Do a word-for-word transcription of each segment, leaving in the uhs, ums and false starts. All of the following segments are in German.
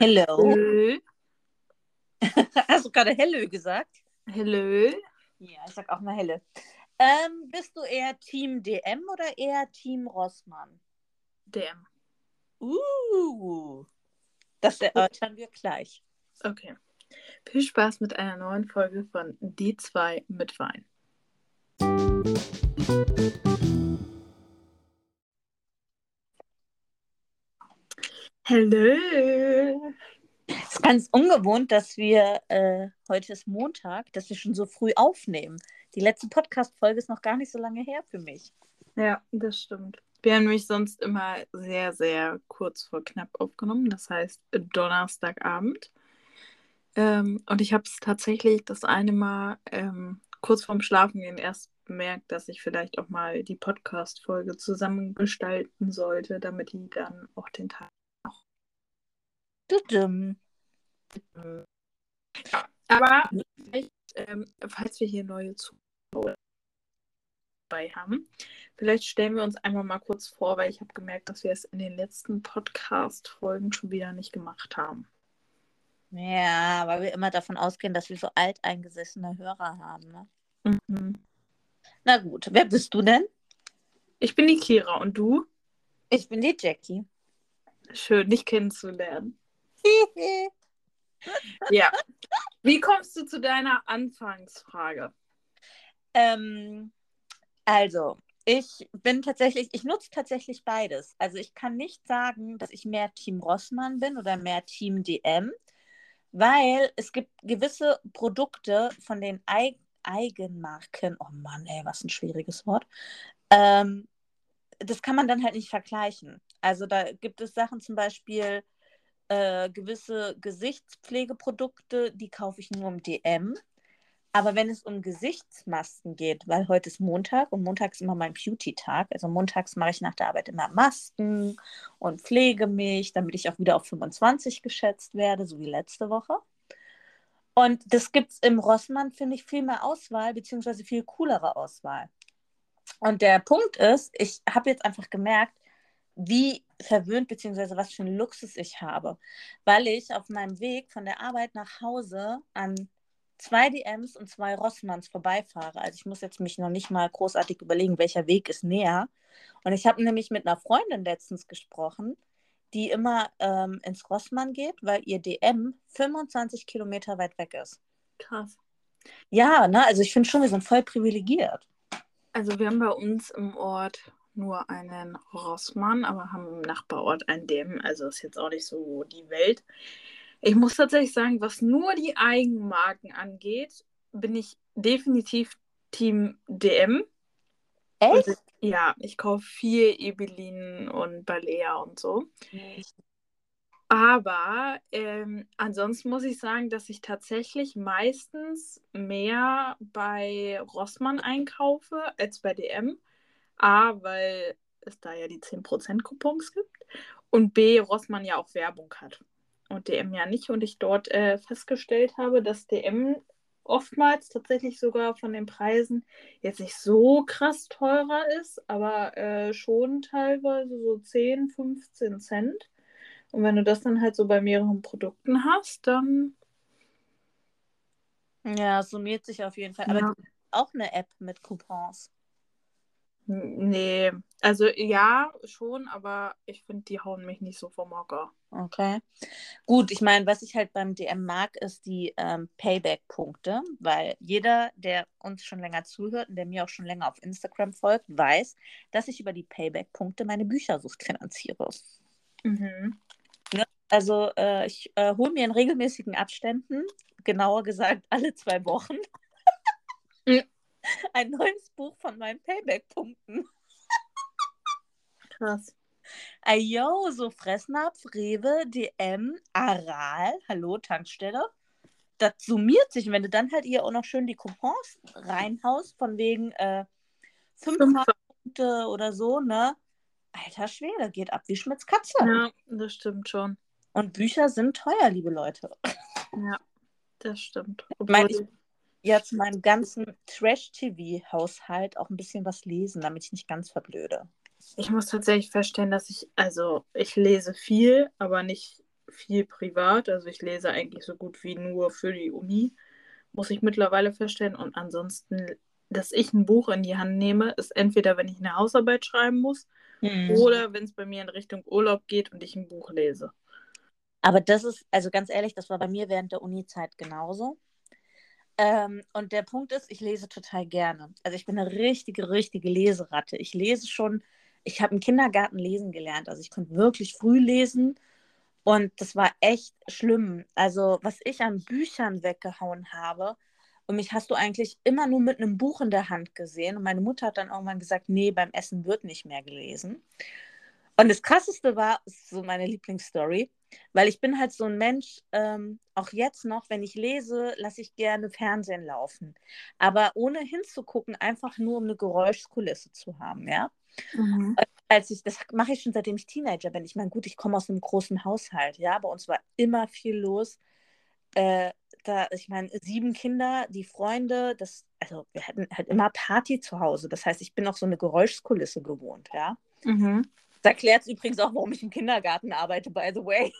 Hello. Hello. Hast du gerade Hello gesagt? Hello. Ja, ich sag auch mal Helle. Ähm, bist du eher Team D M oder eher Team Rossmann? D M. Uh, das erörtern wir gleich. Okay. Viel Spaß mit einer neuen Folge von Die zwei mit Wein. Hello. Es ist ganz ungewohnt, dass wir, äh, heute ist Montag, dass wir schon so früh aufnehmen. Die letzte Podcast-Folge ist noch gar nicht so lange her für mich. Ja, das stimmt. Wir haben nämlich sonst immer sehr, sehr kurz vor knapp aufgenommen. Das heißt Donnerstagabend. Ähm, und ich habe es tatsächlich das eine Mal ähm, kurz vorm Schlafengehen erst bemerkt, dass ich vielleicht auch mal die Podcast-Folge zusammengestalten sollte, damit die dann auch den Tag. Tudum. Ja, aber vielleicht, ähm, falls wir hier neue Zuschauer dabei haben, vielleicht stellen wir uns einmal mal kurz vor, weil ich habe gemerkt, dass wir es in den letzten Podcast-Folgen schon wieder nicht gemacht haben. Ja, weil wir immer davon ausgehen, dass wir so alteingesessene Hörer haben. Ne? Mhm. Na gut, wer bist du denn? Ich bin die Kira und du? Ich bin die Jackie. Schön, dich kennenzulernen. Ja. Wie kommst du zu deiner Anfangsfrage? ähm, Also, ich bin tatsächlich, ich nutze tatsächlich beides. Also ich kann nicht sagen, dass ich mehr Team Rossmann bin oder mehr Team D M, weil es gibt gewisse Produkte von den Eig Eigenmarken, oh Mann, ey, was ein schwieriges Wort, ähm, das kann man dann halt nicht vergleichen. Also da gibt es Sachen zum Beispiel, äh, gewisse Gesichtspflegeprodukte, die kaufe ich nur im D M. Aber wenn es um Gesichtsmasken geht, weil heute ist Montag und Montag ist immer mein Beauty-Tag, also montags mache ich nach der Arbeit immer Masken und pflege mich, damit ich auch wieder auf fünfundzwanzig geschätzt werde, so wie letzte Woche. Und das gibt es im Rossmann, finde ich, viel mehr Auswahl, beziehungsweise viel coolere Auswahl. Und der Punkt ist, ich habe jetzt einfach gemerkt, wie verwöhnt beziehungsweise was für einen Luxus ich habe, weil ich auf meinem Weg von der Arbeit nach Hause an zwei D Ms und zwei Rossmanns vorbeifahre. Also ich muss jetzt mich noch nicht mal großartig überlegen, welcher Weg ist näher. Und ich habe nämlich mit einer Freundin letztens gesprochen, die immer ähm, ins Rossmann geht, weil ihr D M fünfundzwanzig Kilometer weit weg ist. Krass. Ja, ne, also ich finde schon, wir sind voll privilegiert. Also wir haben bei uns im Ort nur einen Rossmann, aber haben im Nachbarort einen D M. Also ist jetzt auch nicht so die Welt. Ich muss tatsächlich sagen, was nur die Eigenmarken angeht, bin ich definitiv Team D M. Und Echt? ja, ich kaufe viel Ebelin und Balea und so. Nicht. Aber ähm, ansonsten muss ich sagen, dass ich tatsächlich meistens mehr bei Rossmann einkaufe als bei D M. A, weil es da ja die zehn Prozent Coupons gibt. Und B, Rossmann ja auch Werbung hat. Und D M ja nicht. Und ich dort äh, festgestellt habe, dass D M oftmals tatsächlich sogar von den Preisen jetzt nicht so krass teurer ist, aber äh, schon teilweise so zehn, fünfzehn Cent. Und wenn du das dann halt so bei mehreren Produkten hast, dann. Ja, es summiert sich auf jeden Fall. Aber Ja. gibt es auch eine App mit Coupons? Nee, also ja, schon, aber ich finde, die hauen mich nicht so vom Hocker. Okay. Gut, ich meine, was ich halt beim D M mag, ist die ähm, Payback-Punkte, weil jeder, der uns schon länger zuhört und der mir auch schon länger auf Instagram folgt, weiß, dass ich über die Payback-Punkte meine Büchersucht finanziere. Mhm. Ne? Also äh, ich äh, hole mir in regelmäßigen Abständen, genauer gesagt alle zwei Wochen, Mhm. ein neues Buch von meinen Payback-Punkten. Krass. Ayo, so Fressnapf, Rewe, D M, Aral, hallo, Tankstelle. Das summiert sich. Und wenn du dann halt ihr auch noch schön die Coupons reinhaust, von wegen äh, Fünf. fünfhundert Punkte oder so, ne? Alter Schwede, geht ab wie Schmitz Katze. Ja, das stimmt schon. Und Bücher sind teuer, liebe Leute. Ja, das stimmt. Ich meine, ich Obwohl, ja zu meinem ganzen Trash-T V-Haushalt auch ein bisschen was lesen, damit ich nicht ganz verblöde. ich muss tatsächlich feststellen, dass ich, also ich lese viel, aber nicht viel privat. Also ich lese eigentlich so gut wie nur für die Uni, muss ich mittlerweile feststellen. Und ansonsten, dass ich ein Buch in die Hand nehme, ist entweder, wenn ich eine Hausarbeit schreiben muss Mhm. oder wenn es bei mir in Richtung Urlaub geht und ich ein Buch lese. Aber das ist, also ganz ehrlich, das war bei mir während der Uni-Zeit genauso. Ähm, und der Punkt ist, ich lese total gerne. Also ich bin eine richtige, richtige Leseratte. Ich lese schon, ich habe im Kindergarten lesen gelernt. Also ich konnte wirklich früh lesen und das war echt schlimm. Also was ich an Büchern weggehauen habe und mich hast du eigentlich immer nur mit einem Buch in der Hand gesehen. Und meine Mutter hat dann irgendwann gesagt, nee, beim Essen wird nicht mehr gelesen. Und das Krasseste war, ist so meine Lieblingsstory, weil ich bin halt so ein Mensch, ähm, auch jetzt noch, wenn ich lese, lasse ich gerne Fernsehen laufen. Aber ohne hinzugucken, einfach nur, um eine Geräuschkulisse zu haben, ja. Mhm. Als ich, das mache ich schon seitdem ich Teenager bin. Ich meine, gut, ich komme aus einem großen Haushalt, ja, bei uns war immer viel los. Äh, da, ich meine, sieben Kinder, die Freunde, das, also wir hatten halt immer Party zu Hause. Das heißt, ich bin auch so eine Geräuschkulisse gewohnt, ja. Mhm. Das erklärt übrigens auch, warum ich im Kindergarten arbeite, by the way.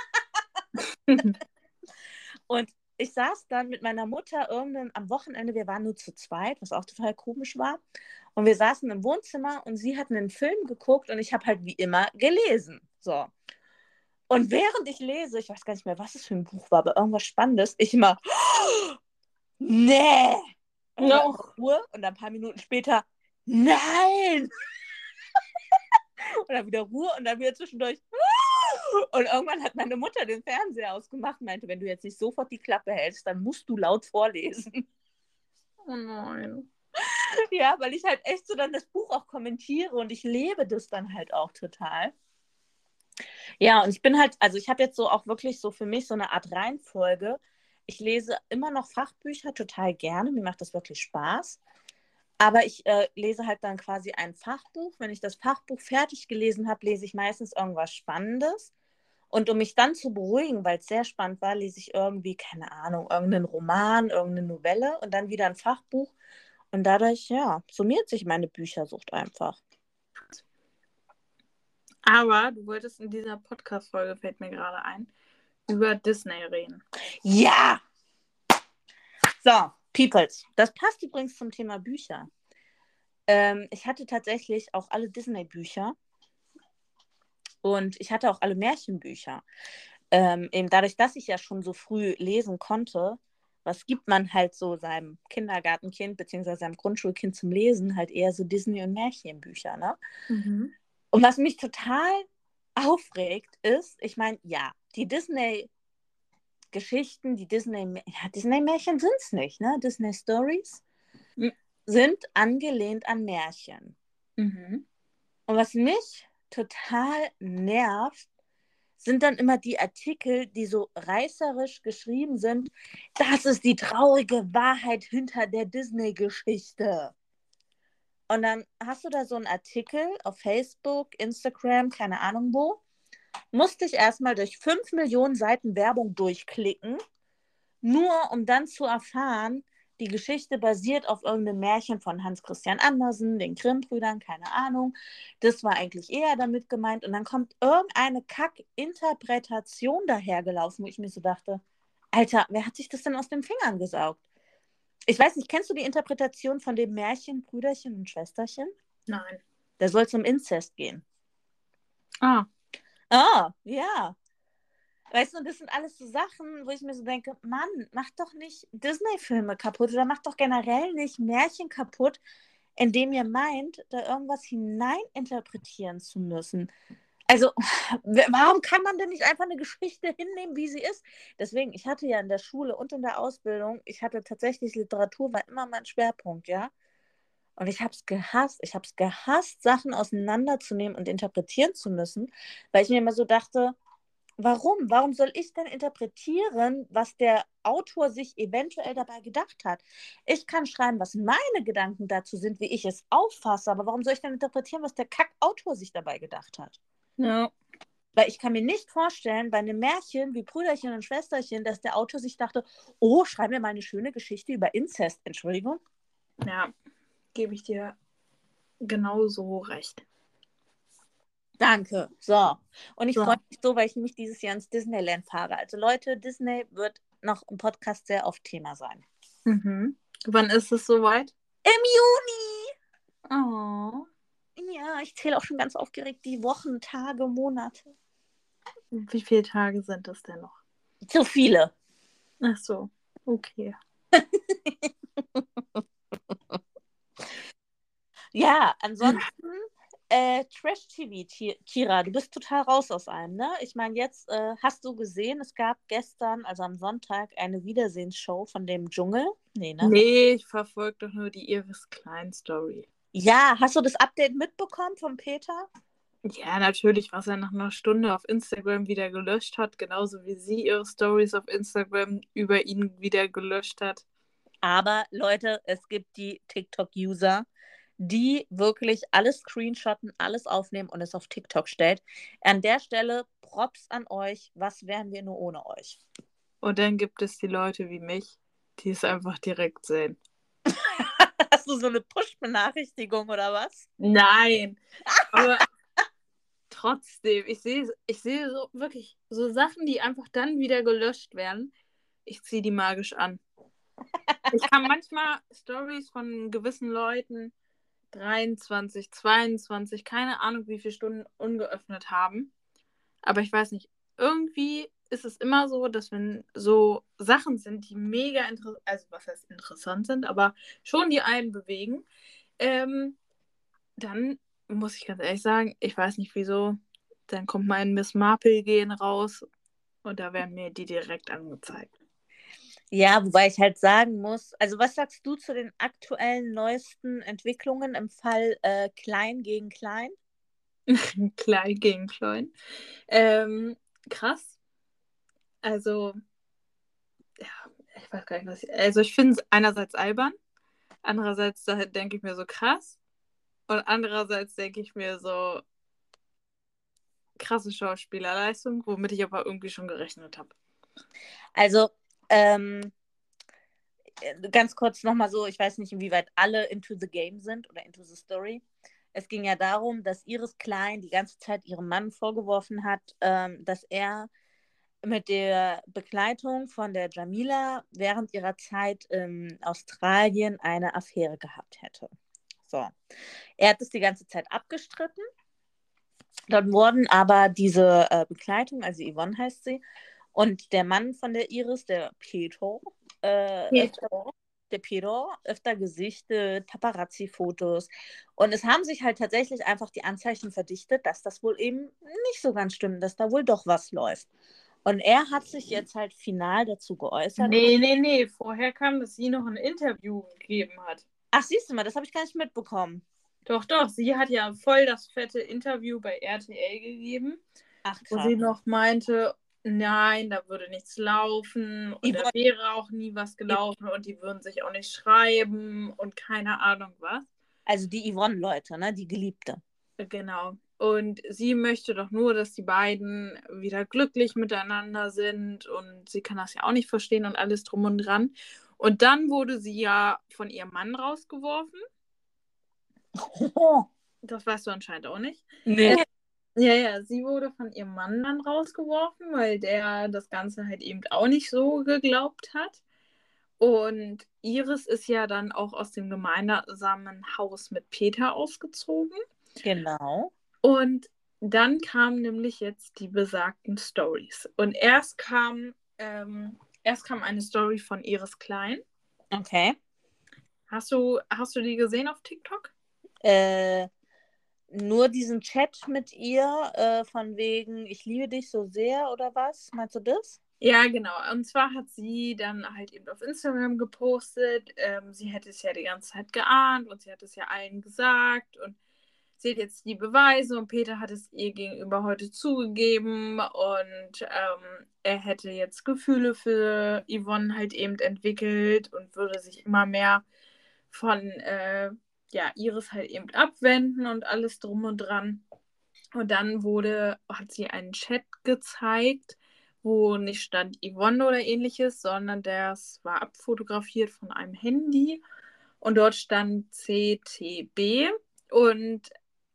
Und ich saß dann mit meiner Mutter irgendwann am Wochenende, wir waren nur zu zweit, was auch total komisch war. Und wir saßen im Wohnzimmer und sie hat einen Film geguckt und ich habe halt wie immer gelesen. So. Und während ich lese, ich weiß gar nicht mehr, was es für ein Buch war, aber irgendwas Spannendes, ich immer, oh, nee. Und dann No. Ruhe und dann ein paar Minuten später, nein. Und dann wieder Ruhe und dann wieder zwischendurch. Und irgendwann hat meine Mutter den Fernseher ausgemacht und meinte, wenn du jetzt nicht sofort die Klappe hältst, dann musst du laut vorlesen. Oh nein. Ja, weil ich halt echt so dann das Buch auch kommentiere und ich lebe das dann halt auch total. Ja, und ich bin halt, also ich habe jetzt so auch wirklich so für mich so eine Art Reihenfolge. Ich lese immer noch Fachbücher total gerne, mir macht das wirklich Spaß. Aber ich äh, lese halt dann quasi ein Fachbuch. Wenn ich das Fachbuch fertig gelesen habe, lese ich meistens irgendwas Spannendes. Und um mich dann zu beruhigen, weil es sehr spannend war, lese ich irgendwie, keine Ahnung, irgendeinen Roman, irgendeine Novelle und dann wieder ein Fachbuch. Und dadurch, ja, summiert sich meine Büchersucht einfach. Aber du wolltest in dieser Podcast-Folge, fällt mir gerade ein, über Disney reden. Ja! So, Peoples. Das passt übrigens zum Thema Bücher. Ähm, ich hatte tatsächlich auch alle Disney-Bücher und ich hatte auch alle Märchenbücher. Ähm, eben dadurch, dass ich ja schon so früh lesen konnte, was gibt man halt so seinem Kindergartenkind bzw. seinem Grundschulkind zum Lesen? Halt eher so Disney- und Märchenbücher, ne? Mhm. Und was mich total aufregt, ist, ich meine, ja, die Disney-Geschichten, die Disney, ja, Disney-Märchen sind es nicht, ne? Disney-Stories Mhm. sind angelehnt an Märchen. Mhm. Und was mich total nervt, sind dann immer die Artikel, die so reißerisch geschrieben sind. Das ist die traurige Wahrheit hinter der Disney-Geschichte. Und dann hast du da so einen Artikel auf Facebook, Instagram, keine Ahnung wo, musste ich erstmal durch fünf Millionen Seiten Werbung durchklicken, nur um dann zu erfahren, die Geschichte basiert auf irgendeinem Märchen von Hans Christian Andersen, den Grimm-Brüdern, keine Ahnung. Das war eigentlich eher damit gemeint. Und dann kommt irgendeine Kack-Interpretation dahergelaufen, wo ich mir so dachte, Alter, wer hat sich das denn aus den Fingern gesaugt? Ich weiß nicht, kennst du die Interpretation von dem Märchen Brüderchen und Schwesterchen? Nein. Da soll es um Inzest gehen. Ah. Ah, ja. Weißt du, das sind alles so Sachen, wo ich mir so denke, Mann, mach doch nicht Disney-Filme kaputt oder mach doch generell nicht Märchen kaputt, indem ihr meint, da irgendwas hineininterpretieren zu müssen. Also, warum kann man denn nicht einfach eine Geschichte hinnehmen, wie sie ist? Deswegen, ich hatte ja in der Schule und in der Ausbildung, ich hatte tatsächlich Literatur, war immer mein Schwerpunkt, ja. Und ich habe es gehasst. Ich habe es gehasst, Sachen auseinanderzunehmen und interpretieren zu müssen, weil ich mir immer so dachte, warum? Warum soll ich denn interpretieren, was der Autor sich eventuell dabei gedacht hat? Ich kann schreiben, was meine Gedanken dazu sind, wie ich es auffasse, aber warum soll ich denn interpretieren, was der Kack-Autor sich dabei gedacht hat? Ja. Weil ich kann mir nicht vorstellen, bei einem Märchen wie Brüderchen und Schwesterchen, dass der Autor sich dachte, oh, schreib mir mal eine schöne Geschichte über Inzest. Entschuldigung. Ja, gebe ich dir genauso recht. Danke. So. Und ich So. freue mich so, weil ich nämlich dieses Jahr ins Disneyland fahre. Also Leute, Disney wird noch im Podcast sehr oft Thema sein. Mhm. Wann ist es soweit? Im Juni! Oh. Ja, ich zähle auch schon ganz aufgeregt die Wochen, Tage, Monate. Wie viele Tage sind es denn noch? Zu viele. Ach so, okay. Ja, ansonsten äh, Trash-T V, Ti- Kira, du bist total raus aus allem, ne? Ich meine, jetzt äh, hast du gesehen, es gab gestern, also am Sonntag, eine Wiedersehensshow von dem Dschungel. Nee, ne? Nee, ich verfolge doch nur die Iris Klein Story. Ja, hast du das Update mitbekommen von Peter? Ja, natürlich, was er nach einer Stunde auf Instagram wieder gelöscht hat, genauso wie sie ihre Stories auf Instagram über ihn wieder gelöscht hat. Aber Leute, es gibt die TikTok-User, die wirklich alles screenshotten, alles aufnehmen und es auf TikTok stellt. An der Stelle Props an euch. Was wären wir nur ohne euch? Und dann gibt es die Leute wie mich, die es einfach direkt sehen. Hast du so eine Push-Benachrichtigung oder was? Nein, aber trotzdem, ich sehe ich sehe so wirklich so Sachen, die einfach dann wieder gelöscht werden. Ich ziehe die magisch an. Ich kann manchmal Stories von gewissen Leuten dreiundzwanzig, zweiundzwanzig, keine Ahnung, wie viele Stunden ungeöffnet haben. Aber ich weiß nicht, irgendwie ist es immer so, dass wenn so Sachen sind, die mega interessant, also was heißt interessant sind, aber schon die einen bewegen, ähm, dann muss ich ganz ehrlich sagen, ich weiß nicht wieso, dann kommt mein Miss Marple-Gehen raus und da werden mir die direkt angezeigt. Ja, wobei ich halt sagen muss, also was sagst du zu den aktuellen neuesten Entwicklungen im Fall äh, Klein gegen Klein? Klein gegen klein. Ähm, krass. Also, ja, ich weiß gar nicht, was ich. Also, ich finde es einerseits albern, andererseits da denke ich mir so krass und andererseits denke ich mir so krasse Schauspielerleistung, womit ich aber irgendwie schon gerechnet habe. Also, ähm, ganz kurz nochmal so, ich weiß nicht, inwieweit alle into the game sind oder into the story. Es ging ja darum, dass Iris Klein die ganze Zeit ihrem Mann vorgeworfen hat, ähm, dass er mit der Begleitung von der Jamila während ihrer Zeit in Australien eine Affäre gehabt hätte. So. Er hat es die ganze Zeit abgestritten. Dann wurden aber diese äh, Begleitung, also Yvonne heißt sie, und der Mann von der Iris, der Pedro, äh, öfter, Pedro. der Pedro, öfter gesichtet, Paparazzi-Fotos. Und es haben sich halt tatsächlich einfach die Anzeichen verdichtet, dass das wohl eben nicht so ganz stimmt, dass da wohl doch was läuft. Und er hat sich jetzt halt final dazu geäußert. Nee, nee, nee. Vorher kam, dass sie noch ein Interview gegeben hat. Ach, siehst du mal, das habe ich gar nicht mitbekommen. Doch, doch. Sie hat ja voll das fette Interview bei R T L gegeben, Ach, wo krass. sie noch meinte, nein, da würde nichts laufen und da Yvonne, wäre auch nie was gelaufen und die würden sich auch nicht schreiben und keine Ahnung was. also die Yvonne-Leute, ne, die Geliebte. Genau. Und sie möchte doch nur, dass die beiden wieder glücklich miteinander sind und sie kann das ja auch nicht verstehen und alles drum und dran. Und dann wurde sie ja von ihrem Mann rausgeworfen. Das weißt du anscheinend auch nicht. Nee. Äh, ja, ja, sie wurde von ihrem Mann dann rausgeworfen, weil der das Ganze halt eben auch nicht so geglaubt hat. Und Iris ist ja dann auch aus dem gemeinsamen Haus mit Peter ausgezogen. Genau. Und dann kamen nämlich jetzt die besagten Stories. Und erst kam, ähm, erst kam eine Story von Iris Klein. Okay. Hast du, hast du die gesehen auf TikTok? Äh, nur diesen Chat mit ihr, äh, von wegen, ich liebe dich so sehr oder was? Meinst du das? Ja, genau. Und zwar hat sie dann halt eben auf Instagram gepostet, ähm, sie hätte es ja die ganze Zeit geahnt und sie hat es ja allen gesagt und sie hat jetzt die Beweise und Peter hat es ihr gegenüber heute zugegeben und ähm, er hätte jetzt Gefühle für Yvonne halt eben entwickelt und würde sich immer mehr von äh, ja, Iris halt eben abwenden und alles drum und dran. Und dann wurde, hat sie einen Chat gezeigt, wo nicht stand Yvonne oder ähnliches, sondern das war abfotografiert von einem Handy und dort stand C T B und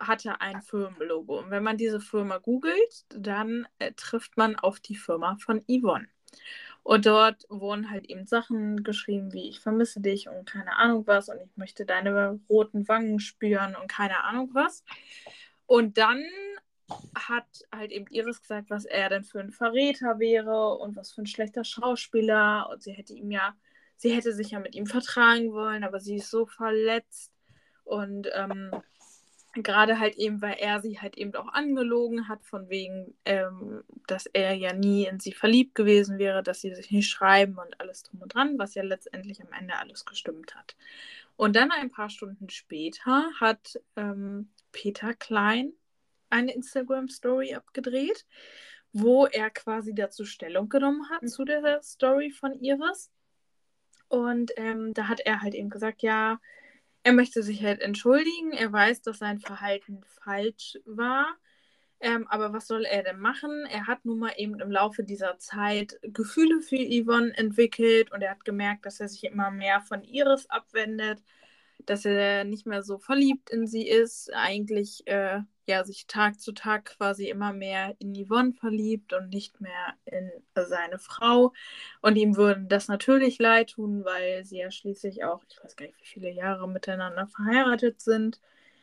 hatte ein Firmenlogo. Und wenn man diese Firma googelt, dann äh, trifft man auf die Firma von Yvonne. Und dort wurden halt eben Sachen geschrieben wie ich vermisse dich und keine Ahnung was und ich möchte deine roten Wangen spüren und keine Ahnung was. Und dann hat halt eben Iris gesagt, was er denn für ein Verräter wäre und was für ein schlechter Schauspieler. Und sie hätte ihm ja, sie hätte sich ja mit ihm vertragen wollen, aber sie ist so verletzt. Und ähm, gerade halt eben, weil er sie halt eben auch angelogen hat, von wegen, ähm, dass er ja nie in sie verliebt gewesen wäre, dass sie sich nicht schreiben und alles drum und dran, was ja letztendlich am Ende alles gestimmt hat. Und dann ein paar Stunden später hat ähm, Peter Klein eine Instagram-Story abgedreht, wo er quasi dazu Stellung genommen hat, zu der Story von Iris. Und ähm, da hat er halt eben gesagt, ja, er möchte sich halt entschuldigen. Er weiß, dass sein Verhalten falsch war. Ähm, aber was soll er denn machen? Er hat nun mal eben im Laufe dieser Zeit Gefühle für Yvonne entwickelt und er hat gemerkt, dass er sich immer mehr von Iris abwendet, dass er nicht mehr so verliebt in sie ist, eigentlich äh, ja, sich Tag zu Tag quasi immer mehr in Yvonne verliebt und nicht mehr in seine Frau. Und ihm würde das natürlich leid tun, weil sie ja schließlich auch, ich weiß gar nicht, wie viele Jahre miteinander verheiratet sind.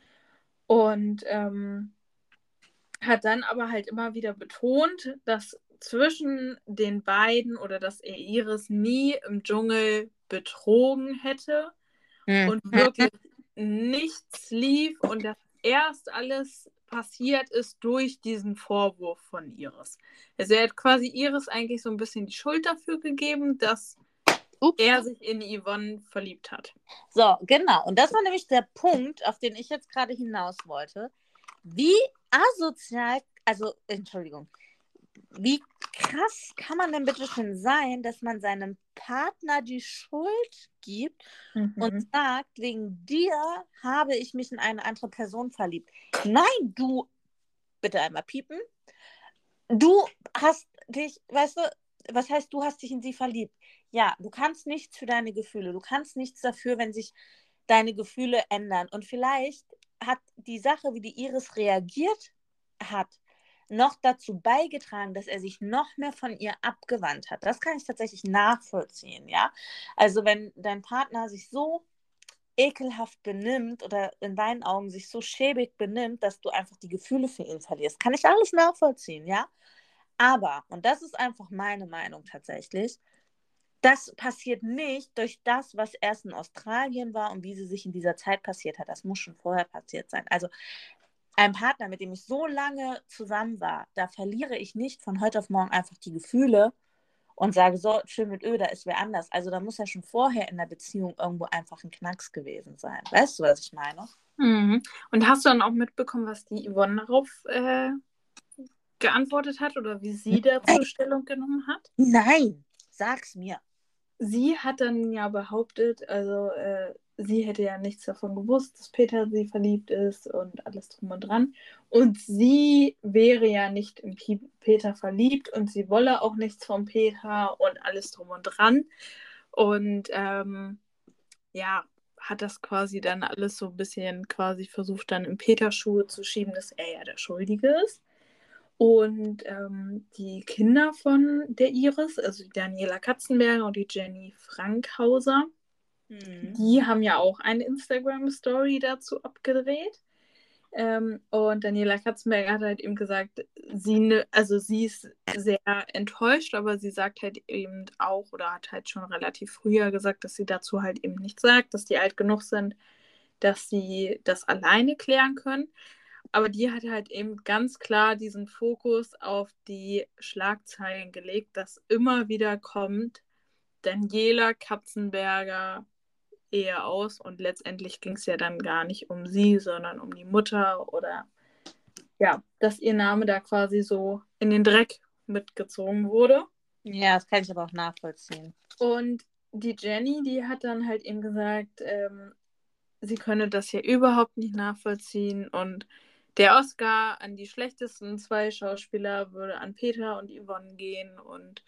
Und ähm, hat dann aber halt immer wieder betont, dass zwischen den beiden oder dass er Iris nie im Dschungel betrogen hätte Mhm. und wirklich nichts lief und das erst alles passiert ist durch diesen Vorwurf von Iris. Also er hat quasi Iris eigentlich so ein bisschen die Schuld dafür gegeben, dass Ups. er sich in Yvonne verliebt hat. So, genau. Und das war nämlich der Punkt, auf den ich jetzt gerade hinaus wollte. Wie asozial, also, Entschuldigung, wie krass kann man denn bitte schon sein, dass man seinem Partner die Schuld gibt Mhm. und sagt, wegen dir habe ich mich in eine andere Person verliebt. Nein, du, bitte einmal piepen, du hast dich, weißt du, was heißt, du hast dich in sie verliebt? Ja, du kannst nichts für deine Gefühle, du kannst nichts dafür, wenn sich deine Gefühle ändern. Und vielleicht hat die Sache, wie die Iris reagiert hat, noch dazu beigetragen, dass er sich noch mehr von ihr abgewandt hat. Das kann ich tatsächlich nachvollziehen, ja. Also wenn dein Partner sich so ekelhaft benimmt oder in deinen Augen sich so schäbig benimmt, dass du einfach die Gefühle für ihn verlierst, kann ich alles nachvollziehen, ja. Aber, und das ist einfach meine Meinung tatsächlich, das passiert nicht durch das, was erst in Australien war und wie sie sich in dieser Zeit passiert hat. Das muss schon vorher passiert sein. Also ein Partner, mit dem ich so lange zusammen war, da verliere ich nicht von heute auf morgen einfach die Gefühle und sage, so, schön mit Öl, da ist wer anders. Also da muss ja schon vorher in der Beziehung irgendwo einfach ein Knacks gewesen sein. Weißt du, was ich meine? Mhm. Und hast du dann auch mitbekommen, was die Yvonne darauf äh, geantwortet hat oder wie sie dazu Nein, Stellung genommen hat? nein, sag's mir. Sie hat dann ja behauptet, also äh, sie hätte ja nichts davon gewusst, dass Peter sie verliebt ist und alles drum und dran. Und sie wäre ja nicht in P- Peter verliebt und sie wolle auch nichts von Peter und alles drum und dran. Und ähm, ja, hat das quasi dann alles so ein bisschen quasi versucht, dann in Peters Schuhe zu schieben, dass er ja der Schuldige ist. Und ähm, die Kinder von der Iris, also die Daniela Katzenberger und die Jenny Frankhauser, Mhm. die haben ja auch eine Instagram-Story dazu abgedreht. Ähm, und Daniela Katzenberger hat halt eben gesagt, sie, ne, also sie ist sehr enttäuscht, aber sie sagt halt eben auch oder hat halt schon relativ früher gesagt, dass sie dazu halt eben nichts sagt, dass die alt genug sind, dass sie das alleine klären können. Aber die hat halt eben ganz klar diesen Fokus auf die Schlagzeilen gelegt, dass immer wieder kommt, Daniela Katzenberger Ehe aus und letztendlich ging es ja dann gar nicht um sie, sondern um die Mutter oder ja, dass ihr Name da quasi so in den Dreck mitgezogen wurde. Ja, das kann ich aber auch nachvollziehen. Und die Jenny, die hat dann halt eben gesagt, ähm, sie könne das ja überhaupt nicht nachvollziehen und der Oscar an die schlechtesten zwei Schauspieler würde an Peter und Yvonne gehen und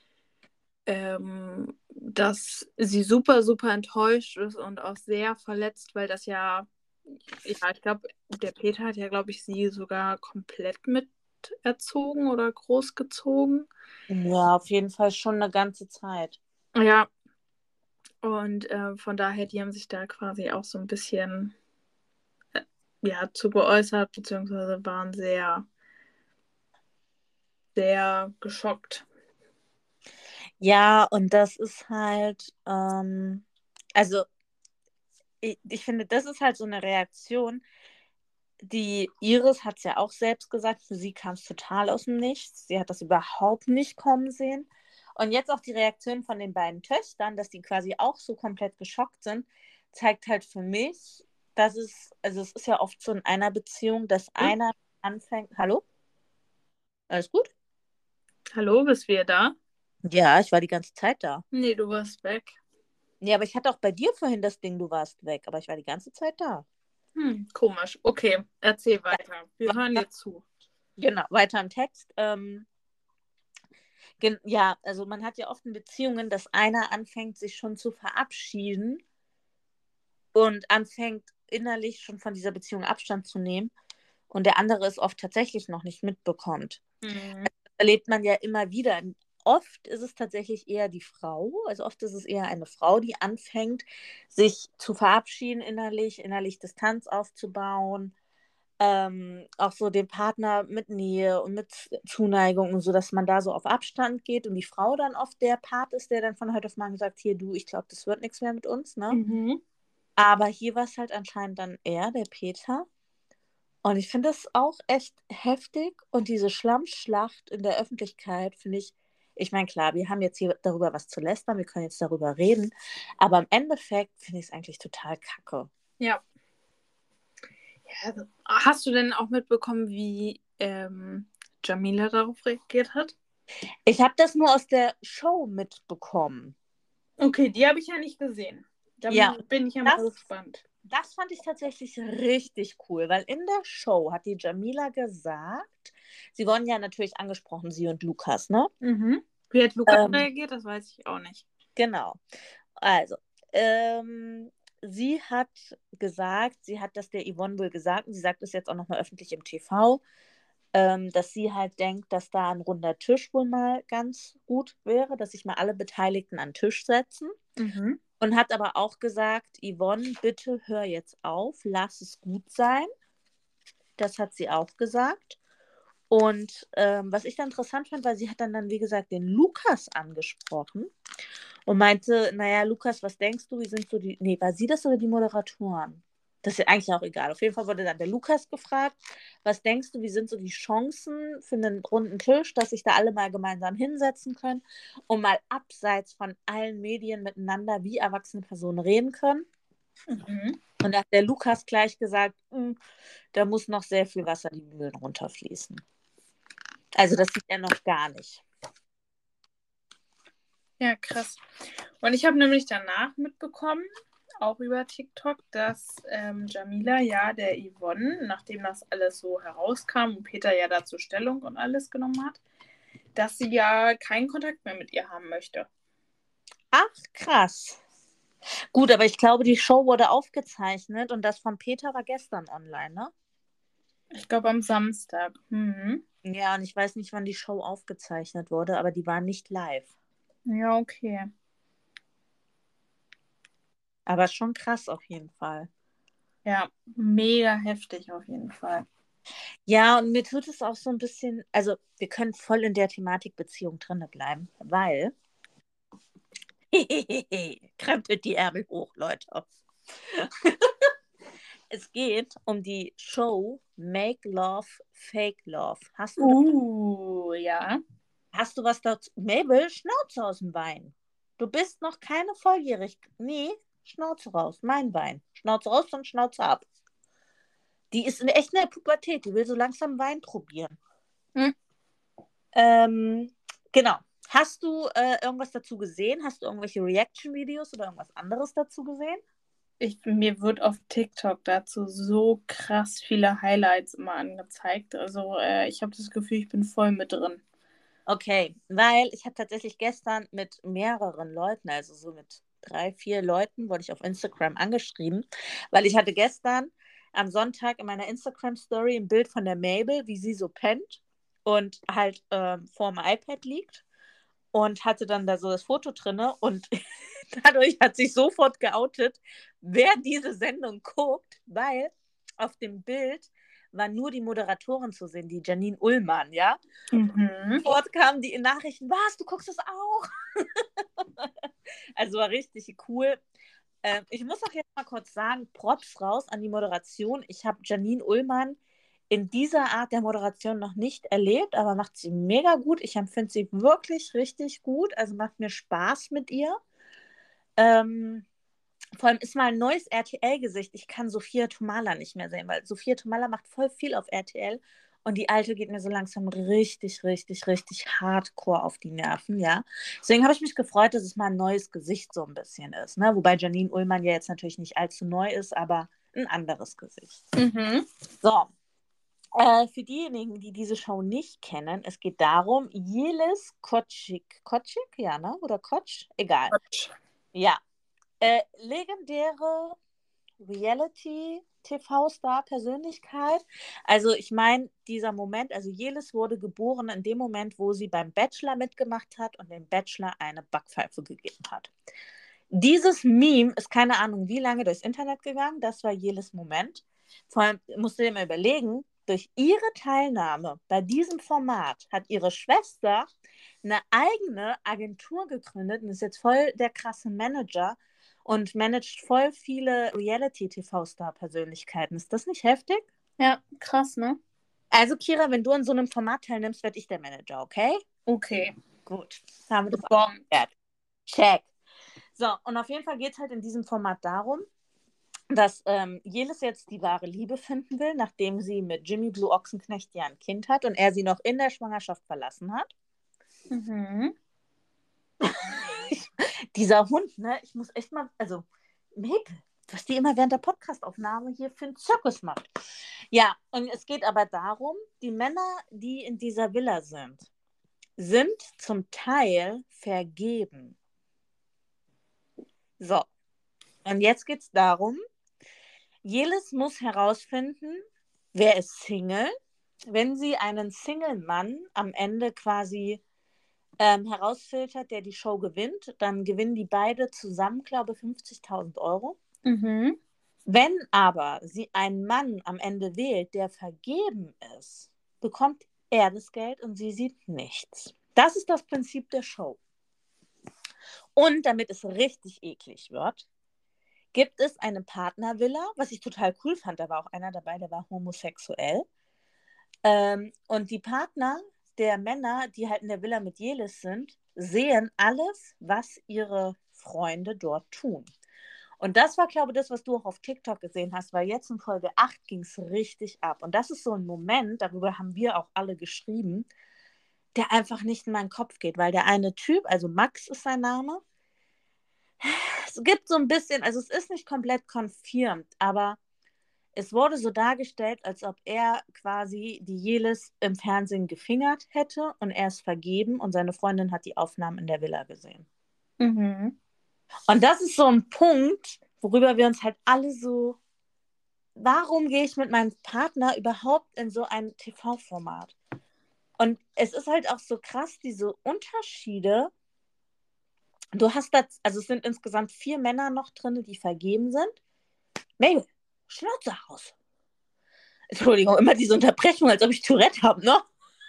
ähm, dass sie super, super enttäuscht ist und auch sehr verletzt, weil das ja Ja, ich glaube, der Peter hat ja, glaube ich, sie sogar komplett mit erzogen oder großgezogen. Ja, auf jeden Fall schon eine ganze Zeit. Ja, und äh, von daher, die haben sich da quasi auch so ein bisschen äh, ja, zu geäußert, beziehungsweise waren sehr, sehr geschockt. Ja, und das ist halt, ähm, also ich, ich finde, das ist halt so eine Reaktion. Die Iris hat es ja auch selbst gesagt, für sie kam es total aus dem Nichts. Sie hat das überhaupt nicht kommen sehen. Und jetzt auch die Reaktion von den beiden Töchtern, dass die quasi auch so komplett geschockt sind, zeigt halt für mich, dass es, also es ist ja oft so in einer Beziehung, dass Hm? einer anfängt. Hallo? Alles gut? Hallo, bist du wieder da? Ja, ich war die ganze Zeit da. Nee, du warst weg. Nee, aber ich hatte auch bei dir vorhin das Ding, du warst weg, aber ich war die ganze Zeit da. Hm, komisch. Okay, erzähl weiter. Wir hören dir zu. Genau, weiter im Text. Ähm, gen ja, also man hat ja oft in Beziehungen, dass einer anfängt, sich schon zu verabschieden und anfängt innerlich schon von dieser Beziehung Abstand zu nehmen und der andere es oft tatsächlich noch nicht mitbekommt. Mhm. Das erlebt man ja immer wieder. Oft ist es tatsächlich eher die Frau, also oft ist es eher eine Frau, die anfängt, sich zu verabschieden innerlich, innerlich Distanz aufzubauen, ähm, auch so den Partner mit Nähe und mit Zuneigung und so, dass man da so auf Abstand geht und die Frau dann oft der Part ist, der dann von heute auf morgen sagt, hier du, ich glaube, das wird nichts mehr mit uns, ne? Mhm. Aber hier war es halt anscheinend dann er, der Peter. Und ich finde das auch echt heftig und diese Schlammschlacht in der Öffentlichkeit finde ich, ich meine, klar, wir haben jetzt hier darüber was zu lästern, wir können jetzt darüber reden, aber im Endeffekt finde ich es eigentlich total kacke. Ja. Ja, also, hast du denn auch mitbekommen, wie ähm, Jamila darauf reagiert hat? Ich habe das nur aus der Show mitbekommen. Okay, die habe ich ja nicht gesehen. Da Ja, bin ich ja mal das, gespannt. das fand ich tatsächlich richtig cool, weil in der Show hat die Jamila gesagt, sie wurden ja natürlich angesprochen, sie und Lukas, ne? Mhm. Wie hat Lukas Ähm, reagiert? Das weiß ich auch nicht. genau. Also, ähm, sie hat gesagt, sie hat das der Yvonne wohl gesagt und sie sagt es jetzt auch nochmal öffentlich im T V, ähm, dass sie halt denkt, dass da ein runder Tisch wohl mal ganz gut wäre, dass sich mal alle Beteiligten an den Tisch setzen. Mhm. Und hat aber auch gesagt, Yvonne, bitte hör jetzt auf, lass es gut sein. Das hat sie auch gesagt. Und ähm, was ich dann interessant fand, weil sie hat dann, dann, wie gesagt, den Lukas angesprochen und meinte, naja, Lukas, was denkst du, wie sind so die, nee, war sie das oder die Moderatoren? Das ist ja eigentlich auch egal. Auf jeden Fall wurde dann der Lukas gefragt, was denkst du, wie sind so die Chancen für einen runden Tisch, dass sich da alle mal gemeinsam hinsetzen können und mal abseits von allen Medien miteinander wie erwachsene Personen reden können? Mhm. Und da hat der Lukas gleich gesagt, "Mm, da muss noch sehr viel Wasser die Mühlen runterfließen. Also das sieht er noch gar nicht. Ja, krass. Und ich habe nämlich danach mitbekommen, auch über TikTok, dass ähm, Jamila ja der Yvonne, nachdem das alles so herauskam und Peter ja dazu Stellung und alles genommen hat, dass sie ja keinen Kontakt mehr mit ihr haben möchte. Ach, krass. Gut, aber ich glaube, die Show wurde aufgezeichnet und das von Peter war gestern online, ne? Ich glaube am Samstag. Mhm. Ja, und ich weiß nicht, wann die Show aufgezeichnet wurde, aber die war nicht live. Ja, okay. Aber schon krass auf jeden Fall. Ja, mega heftig auf jeden Fall. Ja, und mir tut es auch so ein bisschen, also wir können voll in der Thematik Beziehung drinne bleiben, weil krempelt die Ärmel hoch, Leute. Es geht um die Show Make Love, Fake Love. Hast du, Uh, ja. hast du was dazu? Mabel, Schnauze aus dem Wein. Du bist noch keine volljährig. Nee, Schnauze raus, mein Wein. Schnauze raus und Schnauze ab. Die ist in echt in der Pubertät. Die will so langsam Wein probieren. Hm. Ähm, genau. Hast du äh, irgendwas dazu gesehen? Hast du irgendwelche Reaction-Videos oder irgendwas anderes dazu gesehen? Ich, mir wird auf TikTok dazu so krass viele Highlights immer angezeigt. Also äh, ich habe das Gefühl, ich bin voll mit drin. Okay, weil ich habe tatsächlich gestern mit mehreren Leuten, also so mit drei, vier Leuten, wurde ich auf Instagram angeschrieben, weil ich hatte gestern am Sonntag in meiner Instagram-Story ein Bild von der Mabel, wie sie so pennt und halt ähm, vorm iPad liegt und hatte dann da so das Foto drinne und dadurch hat sich sofort geoutet, wer diese Sendung guckt, weil auf dem Bild war nur die Moderatorin zu sehen, die Janine Ullmann, ja. Mhm. Sofort kamen die Nachrichten, was, du guckst das auch? Also war richtig cool. Ähm, ich muss auch jetzt mal kurz sagen, Props raus an die Moderation. Ich habe Janine Ullmann in dieser Art der Moderation noch nicht erlebt, aber macht sie mega gut. Ich empfinde sie wirklich richtig gut. Also macht mir Spaß mit ihr. Ähm, vor allem ist mal ein neues R T L-Gesicht. Ich kann Sophia Tomala nicht mehr sehen, weil Sophia Tomala macht voll viel auf R T L und die alte geht mir so langsam richtig, richtig, richtig hardcore auf die Nerven, ja. Deswegen habe ich mich gefreut, dass es mal ein neues Gesicht so ein bisschen ist, ne? Wobei Janine Ullmann ja jetzt natürlich nicht allzu neu ist, aber ein anderes Gesicht. Mhm. So, äh, für diejenigen, die diese Show nicht kennen, es geht darum, Jelis Kocik, Kocik, ja, ne? Oder Kotsch? Egal. Quatsch. Ja, äh, legendäre Reality-T V-Star-Persönlichkeit. Also ich meine, dieser Moment, also Jelis wurde geboren in dem Moment, wo sie beim Bachelor mitgemacht hat und dem Bachelor eine Backpfeife gegeben hat. Dieses Meme ist keine Ahnung wie lange durchs Internet gegangen. Das war Jelis Moment. Vor allem musst du dir mal überlegen, durch ihre Teilnahme bei diesem Format hat ihre Schwester eine eigene Agentur gegründet und ist jetzt voll der krasse Manager und managt voll viele Reality-T V-Star-Persönlichkeiten. Ist das nicht heftig? Ja, krass, ne? Also, Kira, wenn du an so einem Format teilnimmst, werde ich der Manager, okay? Okay. Gut. Das haben wir das Gebombt. abgeklärt. Check. So, und auf jeden Fall geht es halt in diesem Format darum, dass ähm, Jelis jetzt die wahre Liebe finden will, nachdem sie mit Jimmy Blue Ochsenknecht ja ein Kind hat und er sie noch in der Schwangerschaft verlassen hat. Mhm. Dieser Hund, ne? Ich muss echt mal, also, Mabel, was die immer während der Podcastaufnahme hier für einen Zirkus macht. Ja, und es geht aber darum, die Männer, die in dieser Villa sind, sind zum Teil vergeben. So, und jetzt geht es darum, Jelis muss herausfinden, wer ist Single. Wenn sie einen Single-Mann am Ende quasi ähm, herausfiltert, der die Show gewinnt, dann gewinnen die beide zusammen, glaube ich, fünfzigtausend Euro. Mhm. Wenn aber sie einen Mann am Ende wählt, der vergeben ist, bekommt er das Geld und sie sieht nichts. Das ist das Prinzip der Show. Und damit es richtig eklig wird, gibt es eine Partnervilla, was ich total cool fand. Da war auch einer dabei, der war homosexuell. Ähm, und die Partner der Männer, die halt in der Villa mit Jelis sind, sehen alles, was ihre Freunde dort tun. Und das war, glaube ich, das, was du auch auf TikTok gesehen hast, weil jetzt in Folge acht ging es richtig ab. Und das ist so ein Moment, darüber haben wir auch alle geschrieben, der einfach nicht in meinen Kopf geht, weil der eine Typ, also Max ist sein Name, es gibt so ein bisschen, also es ist nicht komplett confirmed, aber es wurde so dargestellt, als ob er quasi die Jelis im Fernsehen gefingert hätte und er ist vergeben und seine Freundin hat die Aufnahmen in der Villa gesehen. Mhm. Und das ist so ein Punkt, worüber wir uns halt alle so, warum gehe ich mit meinem Partner überhaupt in so ein T V-Format? Und es ist halt auch so krass, diese Unterschiede. Du hast da, also es sind insgesamt vier Männer noch drin, die vergeben sind. Mabel, Schnauze aus. Entschuldigung, immer diese Unterbrechung, als ob ich Tourette habe, ne?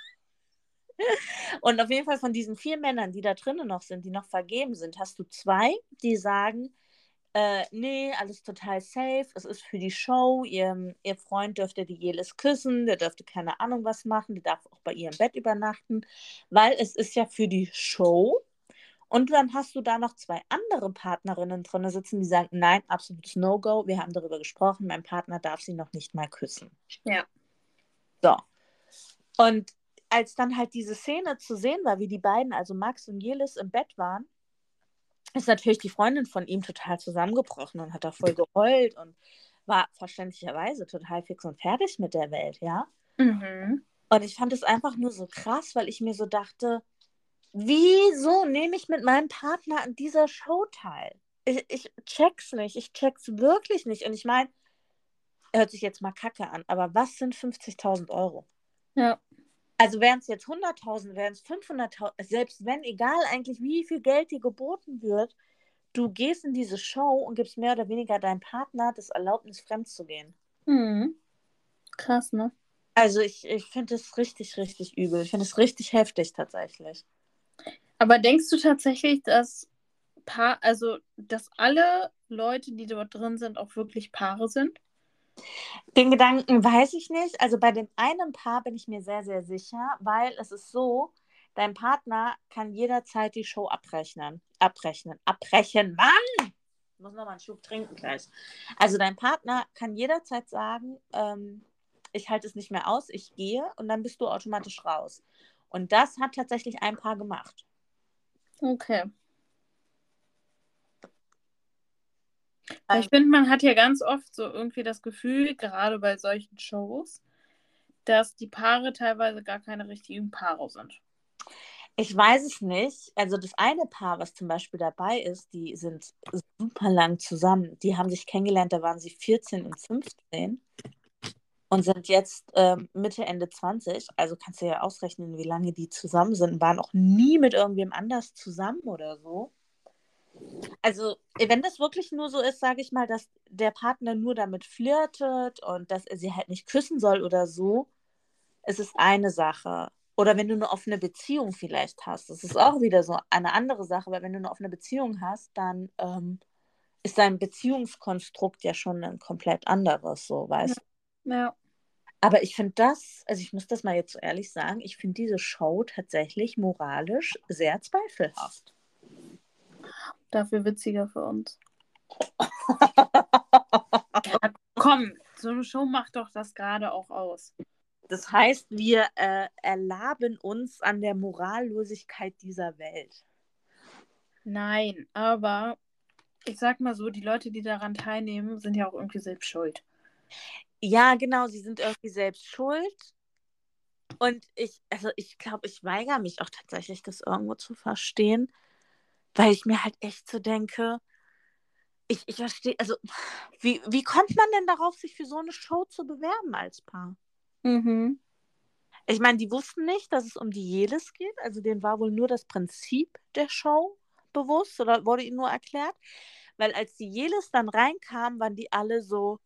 Und auf jeden Fall von diesen vier Männern, die da drinnen noch sind, die noch vergeben sind, hast du zwei, die sagen, äh, nee, alles total safe, es ist für die Show, ihr, ihr Freund dürfte die Jelis küssen, der dürfte keine Ahnung was machen, der darf auch bei ihr im Bett übernachten, weil es ist ja für die Show. Und dann hast du da noch zwei andere Partnerinnen drin sitzen, die sagen, nein, absolutes No-Go, wir haben darüber gesprochen, mein Partner darf sie noch nicht mal küssen. Ja. So. Und als dann halt diese Szene zu sehen war, wie die beiden, also Max und Jelis, im Bett waren, ist natürlich die Freundin von ihm total zusammengebrochen und hat da voll geheult und war verständlicherweise total fix und fertig mit der Welt, ja. Mhm. Und ich fand es einfach nur so krass, weil ich mir so dachte, wieso nehme ich mit meinem Partner an dieser Show teil? Ich, ich check's nicht, ich check's wirklich nicht. Und ich meine, hört sich jetzt mal kacke an, aber was sind fünfzigtausend Euro? Ja. Also wären es jetzt hunderttausend, wären es fünfhunderttausend, selbst wenn, egal eigentlich, wie viel Geld dir geboten wird, du gehst in diese Show und gibst mehr oder weniger deinem Partner das Erlaubnis, fremd zu gehen. Mhm. Krass, ne? Also ich, ich finde es richtig, richtig übel. Ich finde es richtig heftig tatsächlich. Aber denkst du tatsächlich, dass Paar, also dass alle Leute, die dort drin sind, auch wirklich Paare sind? Den Gedanken weiß ich nicht. Also bei dem einen Paar bin ich mir sehr, sehr sicher, weil es ist so, dein Partner kann jederzeit die Show abrechnen. Abrechnen. Abbrechen. Mann! Ich muss noch mal einen Schluck trinken gleich. Also dein Partner kann jederzeit sagen, ähm, ich halte es nicht mehr aus, ich gehe und dann bist du automatisch raus. Und das hat tatsächlich ein Paar gemacht. Okay. Weil ich finde, man hat ja ganz oft so irgendwie das Gefühl, gerade bei solchen Shows, dass die Paare teilweise gar keine richtigen Paare sind. Ich weiß es nicht. Also das eine Paar, was zum Beispiel dabei ist, die sind super lang zusammen. Die haben sich kennengelernt, da waren sie vierzehn und fünfzehn und sind jetzt ähm, Mitte, Ende zwanzig. Also kannst du ja ausrechnen, wie lange die zusammen sind. Waren auch nie mit irgendwem anders zusammen oder so. Also wenn das wirklich nur so ist, sage ich mal, dass der Partner nur damit flirtet und dass er sie halt nicht küssen soll oder so, es ist eine Sache. Oder wenn du eine offene Beziehung vielleicht hast, das ist auch wieder so eine andere Sache, weil wenn du eine offene Beziehung hast, dann ähm, ist dein Beziehungskonstrukt ja schon ein komplett anderes, so, Ja. weißt du. Ja. Aber ich finde das, also ich muss das mal jetzt so ehrlich sagen, ich finde diese Show tatsächlich moralisch sehr zweifelhaft. Dafür witziger für uns. Ja, komm, so eine Show macht doch das gerade auch aus. Das heißt, wir äh, erlaben uns an der Morallosigkeit dieser Welt. Nein, aber ich sag mal so, die Leute, die daran teilnehmen, sind ja auch irgendwie selbst schuld. Ja, genau, sie sind irgendwie selbst schuld. Und ich, also ich glaube, ich weigere mich auch tatsächlich, das irgendwo zu verstehen, weil ich mir halt echt so denke, ich, ich verstehe, also wie, wie kommt man denn darauf, sich für so eine Show zu bewerben als Paar? Mhm. Ich meine, die wussten nicht, dass es um die Jelis geht, also denen war wohl nur das Prinzip der Show bewusst oder wurde ihnen nur erklärt, weil als die Jelis dann reinkamen, waren die alle so,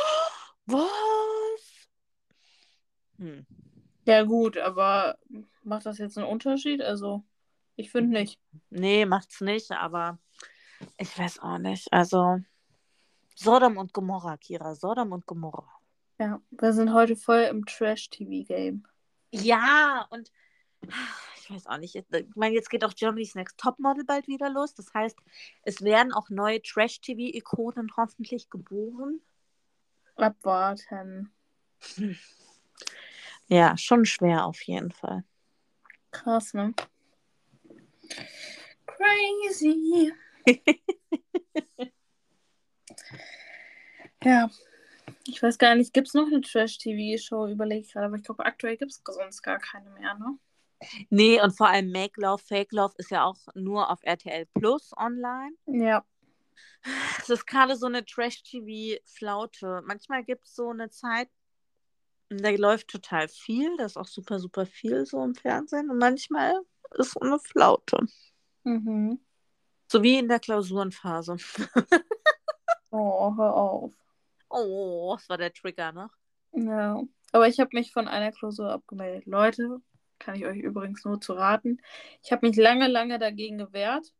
was? Hm. Ja, gut, aber macht das jetzt einen Unterschied? Also, ich finde nicht. Nee, macht's nicht, aber ich weiß auch nicht. Also, Sodom und Gomorra, Kira, Sodom und Gomorra. Ja, wir sind heute voll im Trash-T V-Game. Ja, und ich weiß auch nicht. Ich meine, jetzt geht auch Germany's Next Topmodel bald wieder los. Das heißt, es werden auch neue Trash-T V-Ikonen hoffentlich geboren. Abwarten. Hm. Ja, schon schwer auf jeden Fall. Krass, ne? Crazy. Ja, ich weiß gar nicht, gibt es noch eine Trash-T V-Show? Überlege ich gerade, aber ich glaube, aktuell gibt es sonst gar keine mehr, ne? Nee, und vor allem Make Love, Fake Love ist ja auch nur auf R T L Plus online. Ja. Es ist gerade so eine Trash-T V-Flaute. Manchmal gibt es so eine Zeit, da läuft total viel. Da ist auch super, super viel so im Fernsehen. Und manchmal ist so eine Flaute. Mhm. So wie in der Klausurenphase. Oh, hör auf. Oh, das war der Trigger, ne? Ja. Aber ich habe mich von einer Klausur abgemeldet. Leute, kann ich euch übrigens nur zu raten. Ich habe mich lange, lange dagegen gewehrt.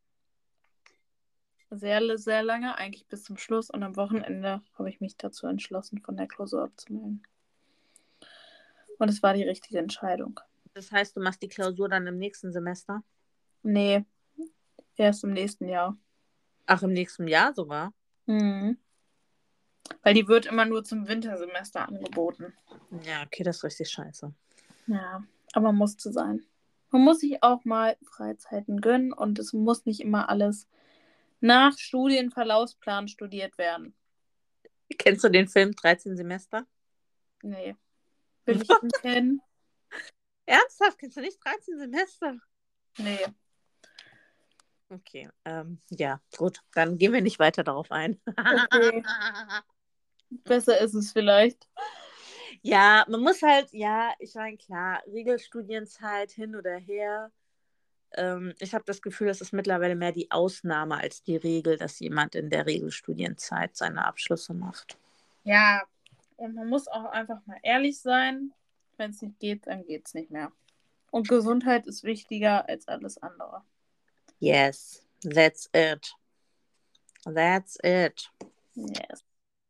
Sehr, sehr lange, eigentlich bis zum Schluss. Und am Wochenende habe ich mich dazu entschlossen, von der Klausur abzumelden. Und es war die richtige Entscheidung. Das heißt, du machst die Klausur dann im nächsten Semester? Nee, erst im nächsten Jahr. Ach, im nächsten Jahr sogar? Mhm. Weil die wird immer nur zum Wintersemester angeboten. Ja, okay, das ist richtig scheiße. Ja, aber musste sein. Man muss sich auch mal Freizeiten gönnen und es muss nicht immer alles nach Studienverlaufsplan studiert werden. Kennst du den Film dreizehn Semester? Nee. Will ich ihn kennen? Ernsthaft? Kennst du nicht dreizehn Semester? Nee. Okay, ähm, ja, gut. Dann gehen wir nicht weiter darauf ein. Okay. Besser ist es vielleicht. Ja, man muss halt, ja, ich meine, klar, Regelstudienzeit hin oder her. Ähm, ich habe das Gefühl, es ist mittlerweile mehr die Ausnahme als die Regel, dass jemand in der Regelstudienzeit seine Abschlüsse macht. Ja, und man muss auch einfach mal ehrlich sein. Wenn es nicht geht, dann geht es nicht mehr. Und Gesundheit ist wichtiger als alles andere. Yes, that's it. That's it. Yes.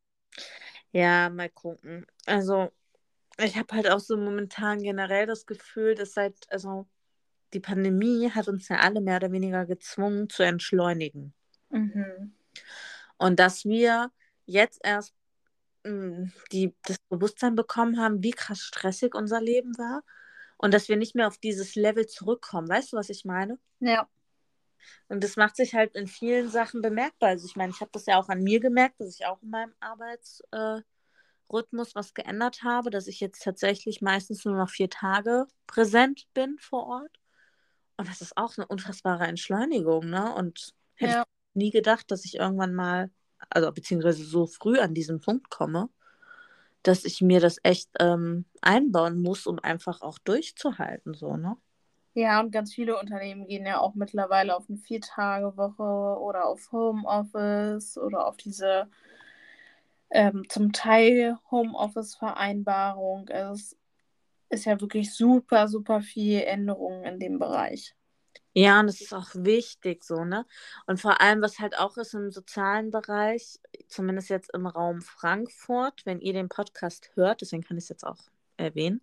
Ja, mal gucken. Also, ich habe halt auch so momentan generell das Gefühl, dass seit, also die Pandemie hat uns ja alle mehr oder weniger gezwungen zu entschleunigen. Mhm. Und dass wir jetzt erst mh, die, das Bewusstsein bekommen haben, wie krass stressig unser Leben war und dass wir nicht mehr auf dieses Level zurückkommen. Weißt du, was ich meine? Ja. Und das macht sich halt in vielen Sachen bemerkbar. Also ich meine, ich habe das ja auch an mir gemerkt, dass ich auch in meinem Arbeitsrhythmus äh, was geändert habe, dass ich jetzt tatsächlich meistens nur noch vier Tage präsent bin vor Ort. Und das ist auch eine unfassbare Entschleunigung, ne? Und hätte ich Ja. nie gedacht, dass ich irgendwann mal, also beziehungsweise so früh an diesen Punkt komme, dass ich mir das echt ähm, einbauen muss, um einfach auch durchzuhalten, so, ne? Ja, und ganz viele Unternehmen gehen ja auch mittlerweile auf eine Vier-Tage-Woche oder auf Homeoffice oder auf diese ähm, zum Teil Homeoffice-Vereinbarung. Also es ist ja wirklich super, super viel Änderungen in dem Bereich. Ja, und das ist auch wichtig, so, ne? Und vor allem, was halt auch ist im sozialen Bereich, zumindest jetzt im Raum Frankfurt, wenn ihr den Podcast hört, deswegen kann ich es jetzt auch erwähnen,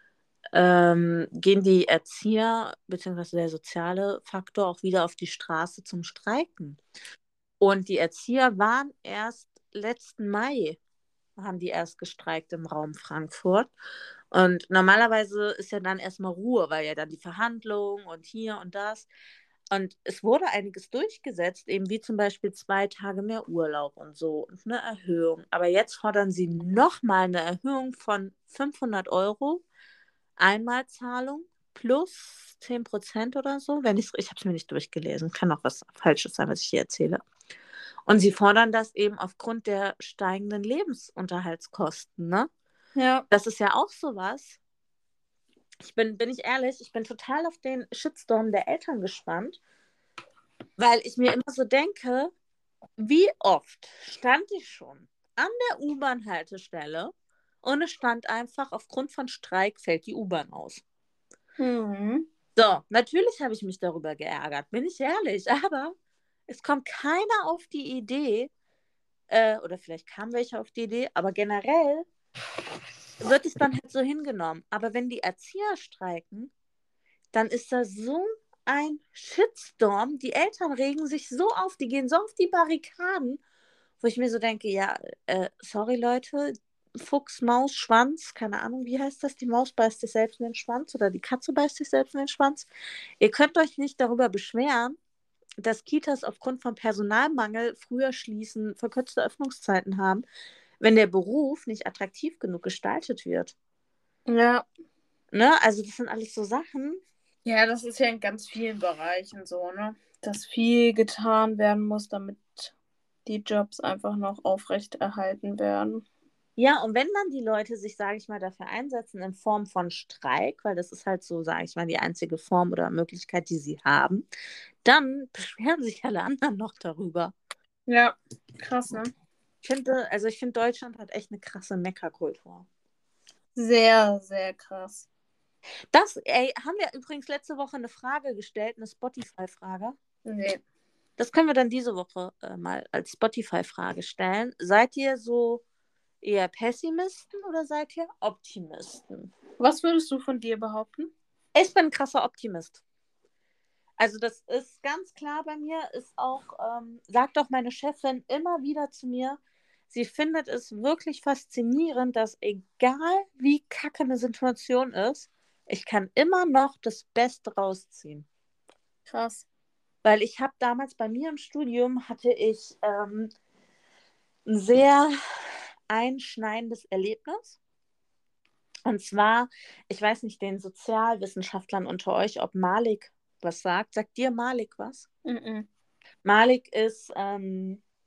ähm, gehen die Erzieher beziehungsweise der soziale Faktor auch wieder auf die Straße zum Streiken. Und die Erzieher waren erst letzten Mai, haben die erst gestreikt im Raum Frankfurt. Und normalerweise ist ja dann erstmal Ruhe, weil ja dann die Verhandlungen und hier und das. Und es wurde einiges durchgesetzt, eben wie zum Beispiel zwei Tage mehr Urlaub und so und eine Erhöhung. Aber jetzt fordern sie nochmal eine Erhöhung von fünfhundert Euro Einmalzahlung plus zehn Prozent oder so. Wenn ich's, ich habe es mir nicht durchgelesen, kann auch was Falsches sein, was ich hier erzähle. Und sie fordern das eben aufgrund der steigenden Lebensunterhaltskosten, ne? Ja. Das ist ja auch sowas. Ich bin, bin ich ehrlich, ich bin total auf den Shitstorm der Eltern gespannt, weil ich mir immer so denke, wie oft stand ich schon an der U-Bahn-Haltestelle und es stand einfach, aufgrund von Streik fällt die U-Bahn aus. Mhm. So, natürlich habe ich mich darüber geärgert, bin ich ehrlich, aber es kommt keiner auf die Idee, äh, oder vielleicht kam welche auf die Idee, aber generell wird es dann halt so hingenommen. Aber wenn die Erzieher streiken, dann ist das so ein Shitstorm. Die Eltern regen sich so auf, die gehen so auf die Barrikaden, wo ich mir so denke, ja, äh, sorry Leute, Fuchs, Maus, Schwanz, keine Ahnung, wie heißt das? Die Maus beißt sich selbst in den Schwanz oder die Katze beißt sich selbst in den Schwanz. Ihr könnt euch nicht darüber beschweren, dass Kitas aufgrund von Personalmangel früher schließen, verkürzte Öffnungszeiten haben, wenn der Beruf nicht attraktiv genug gestaltet wird. Ja. Ne? Also das sind alles so Sachen. Ja, das ist ja in ganz vielen Bereichen so, ne? Dass viel getan werden muss, damit die Jobs einfach noch aufrechterhalten werden. Ja, und wenn dann die Leute sich, sage ich mal, dafür einsetzen in Form von Streik, weil das ist halt so, sage ich mal, die einzige Form oder Möglichkeit, die sie haben, dann beschweren sich alle anderen noch darüber. Ja, krass, ne? Ich finde, also ich finde, Deutschland hat echt eine krasse Meckerkultur. Sehr, sehr krass. Das, ey, haben wir übrigens letzte Woche eine Frage gestellt, eine Spotify-Frage. Nee. Das können wir dann diese Woche äh, mal als Spotify-Frage stellen. Seid ihr so eher Pessimisten oder seid ihr Optimisten? Was würdest du von dir behaupten? Ich bin ein krasser Optimist. Also das ist ganz klar bei mir, ist auch, ähm, sagt auch meine Chefin immer wieder zu mir, sie findet es wirklich faszinierend, dass egal wie kacke eine Situation ist, ich kann immer noch das Beste rausziehen. Krass. Weil ich habe damals bei mir im Studium, hatte ich ähm, ein sehr einschneidendes Erlebnis. Und zwar, ich weiß nicht, den Sozialwissenschaftlern unter euch, ob Malik was sagt. Sagt dir Malik was? Mhm. Malik ist ähm,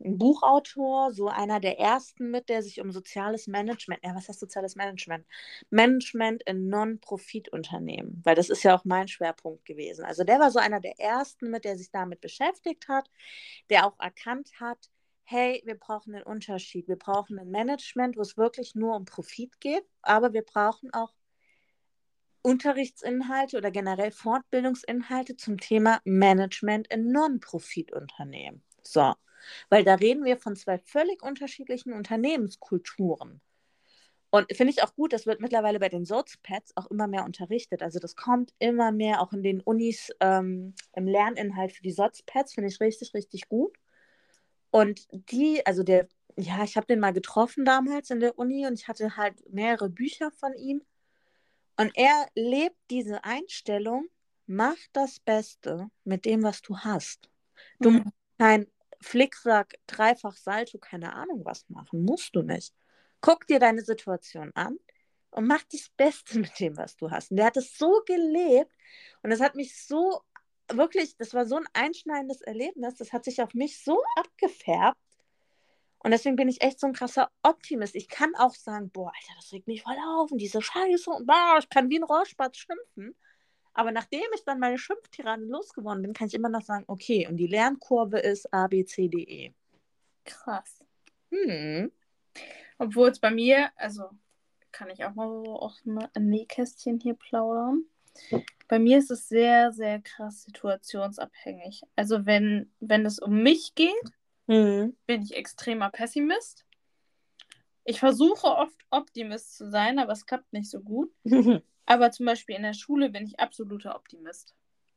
ein Buchautor, so einer der ersten mit, der sich um soziales Management, ja, was heißt soziales Management? Management in Non-Profit-Unternehmen, weil das ist ja auch mein Schwerpunkt gewesen. Also der war so einer der ersten mit, der sich damit beschäftigt hat, der auch erkannt hat, hey, wir brauchen einen Unterschied. Wir brauchen ein Management, wo es wirklich nur um Profit geht, aber wir brauchen auch Unterrichtsinhalte oder generell Fortbildungsinhalte zum Thema Management in Non-Profit-Unternehmen. So, weil da reden wir von zwei völlig unterschiedlichen Unternehmenskulturen. Und finde ich auch gut, das wird mittlerweile bei den Sozpads auch immer mehr unterrichtet. Also das kommt immer mehr auch in den Unis ähm, im Lerninhalt für die Sozpads, finde ich richtig, richtig gut. Und die, also der, ja, ich habe den mal getroffen damals in der Uni und ich hatte halt mehrere Bücher von ihm. Und er lebt diese Einstellung, mach das Beste mit dem, was du hast. Du musst Mhm. kein Flicksack, Dreifach Salto, keine Ahnung was machen, musst du nicht. Guck dir deine Situation an und mach das Beste mit dem, was du hast. Und der hat es so gelebt und das hat mich so, wirklich, das war so ein einschneidendes Erlebnis, das hat sich auf mich so abgefärbt. Und deswegen bin ich echt so ein krasser Optimist. Ich kann auch sagen, boah, Alter, das regt mich voll auf und diese Scheiße und boah, ich kann wie ein Rohrspatz schimpfen. Aber nachdem ich dann meine Schimpftirade losgeworden bin, kann ich immer noch sagen, okay, und die Lernkurve ist A, B, C, D, E. Krass. Hm. Obwohl es bei mir, also kann ich auch mal so aus dem Nähkästchen hier plaudern. Bei mir ist es sehr, sehr krass situationsabhängig. Also wenn, wenn es um mich geht, Hm. bin ich extremer Pessimist. Ich versuche oft Optimist zu sein, aber es klappt nicht so gut. Aber zum Beispiel in der Schule bin ich absoluter Optimist.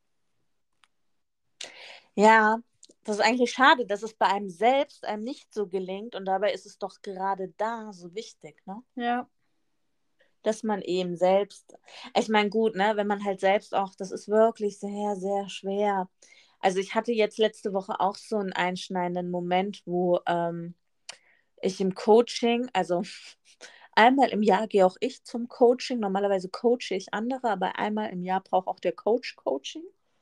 Ja, das ist eigentlich schade, dass es bei einem selbst einem nicht so gelingt und dabei ist es doch gerade da so wichtig, ne? Ja. Dass man eben selbst, ich meine, gut, ne, wenn man halt selbst auch, das ist wirklich sehr, sehr schwer. Also ich hatte jetzt letzte Woche auch so einen einschneidenden Moment, wo ähm, ich im Coaching, also einmal im Jahr gehe auch ich zum Coaching. Normalerweise coache ich andere, aber einmal im Jahr braucht auch der Coach Coaching.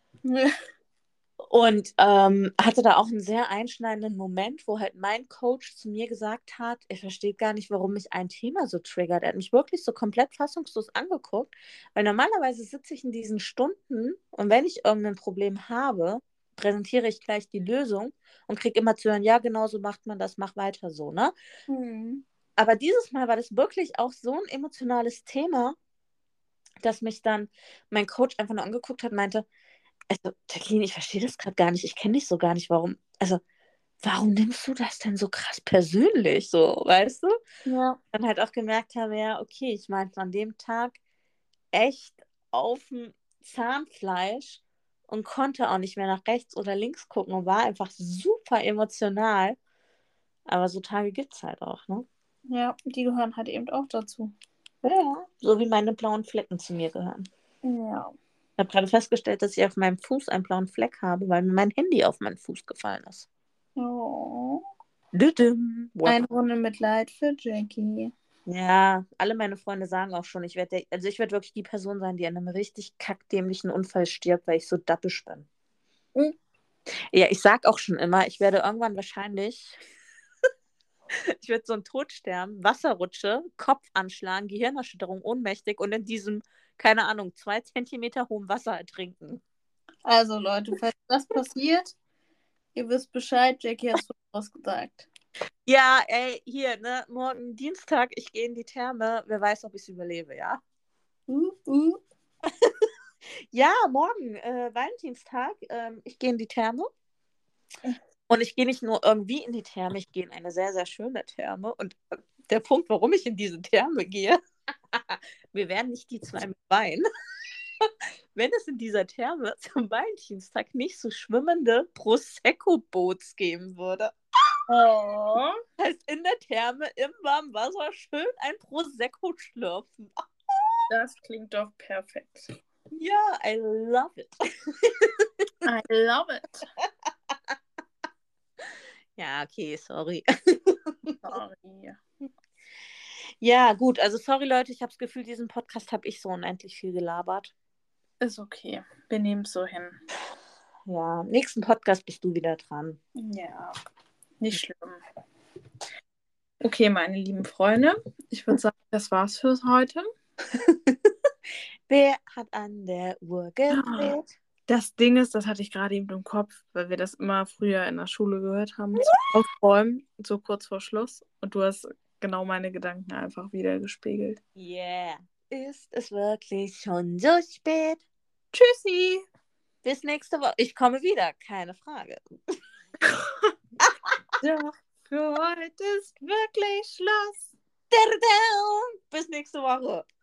Und ähm, hatte da auch einen sehr einschneidenden Moment, wo halt mein Coach zu mir gesagt hat, er versteht gar nicht, warum mich ein Thema so triggert. Er hat mich wirklich so komplett fassungslos angeguckt, weil normalerweise sitze ich in diesen Stunden und wenn ich irgendein Problem habe, präsentiere ich gleich die Lösung und kriege immer zu hören, ja, genau so macht man das, mach weiter so, ne? Mhm. Aber dieses Mal war das wirklich auch so ein emotionales Thema, dass mich dann mein Coach einfach nur angeguckt hat und meinte, also, Jacqueline, ich verstehe das gerade gar nicht. Ich kenne dich so gar nicht. Warum, also, warum nimmst du das denn so krass persönlich, so, weißt du? Ja. Dann halt auch gemerkt habe, ja, okay, ich meinte an dem Tag echt auf dem Zahnfleisch und konnte auch nicht mehr nach rechts oder links gucken und war einfach super emotional. Aber so Tage gibt es halt auch, ne? Ja, die gehören halt eben auch dazu. Ja, so wie meine blauen Flecken zu mir gehören. Ja. Ich habe gerade festgestellt, dass ich auf meinem Fuß einen blauen Fleck habe, weil mir mein Handy auf meinen Fuß gefallen ist. Oh. Düdüm. Eine Runde Mitleid für Jackie. Ja, alle meine Freunde sagen auch schon, ich werde, also ich werde wirklich die Person sein, die an einem richtig kackdämlichen Unfall stirbt, weil ich so dappisch bin. Mhm. Ja, ich sag auch schon immer, ich werde irgendwann wahrscheinlich, ich werde so einen Tod sterben, Wasserrutsche, Kopf anschlagen, Gehirnerschütterung, ohnmächtig und in diesem, keine Ahnung, zwei Zentimeter hohen Wasser ertrinken. Also Leute, falls das passiert, ihr wisst Bescheid, Jackie hat es vorausgesagt. Ja, ey, hier, ne, morgen Dienstag, ich gehe in die Therme, wer weiß, ob ich es überlebe, ja? Uh, uh. Ja, morgen, äh, Valentinstag, ähm, ich gehe in die Therme. Und ich gehe nicht nur irgendwie in die Therme, ich gehe in eine sehr, sehr schöne Therme. Und äh, der Punkt, warum ich in diese Therme gehe, wir werden nicht die zwei mit Wein. Wenn es in dieser Therme zum Valentinstag nicht so schwimmende Prosecco-Boots geben würde. Oh. Das heißt, in der Therme im warmen Wasser schön ein Prosecco schlürfen. Das klingt doch perfekt. Ja, I love it. I love it. Ja, okay, sorry. Sorry. Ja, gut, also sorry Leute, ich habe das Gefühl, diesen Podcast habe ich so unendlich viel gelabert. Ist okay. Wir nehmen es so hin. Ja, nächsten Podcast bist du wieder dran. Ja, nicht schlimm. Okay, meine lieben Freunde, ich würde sagen, das war's für heute. Wer hat an der Uhr gedreht? Das Ding ist, das hatte ich gerade eben im Kopf, weil wir das immer früher in der Schule gehört haben, zum Aufräumen, so kurz vor Schluss. Und du hast genau meine Gedanken einfach wieder gespiegelt. Yeah. Ist es wirklich schon so spät? Tschüssi! Bis nächste Woche. Ich komme wieder, keine Frage. Doch, für heute ist wirklich Schluss. Bis nächste Woche.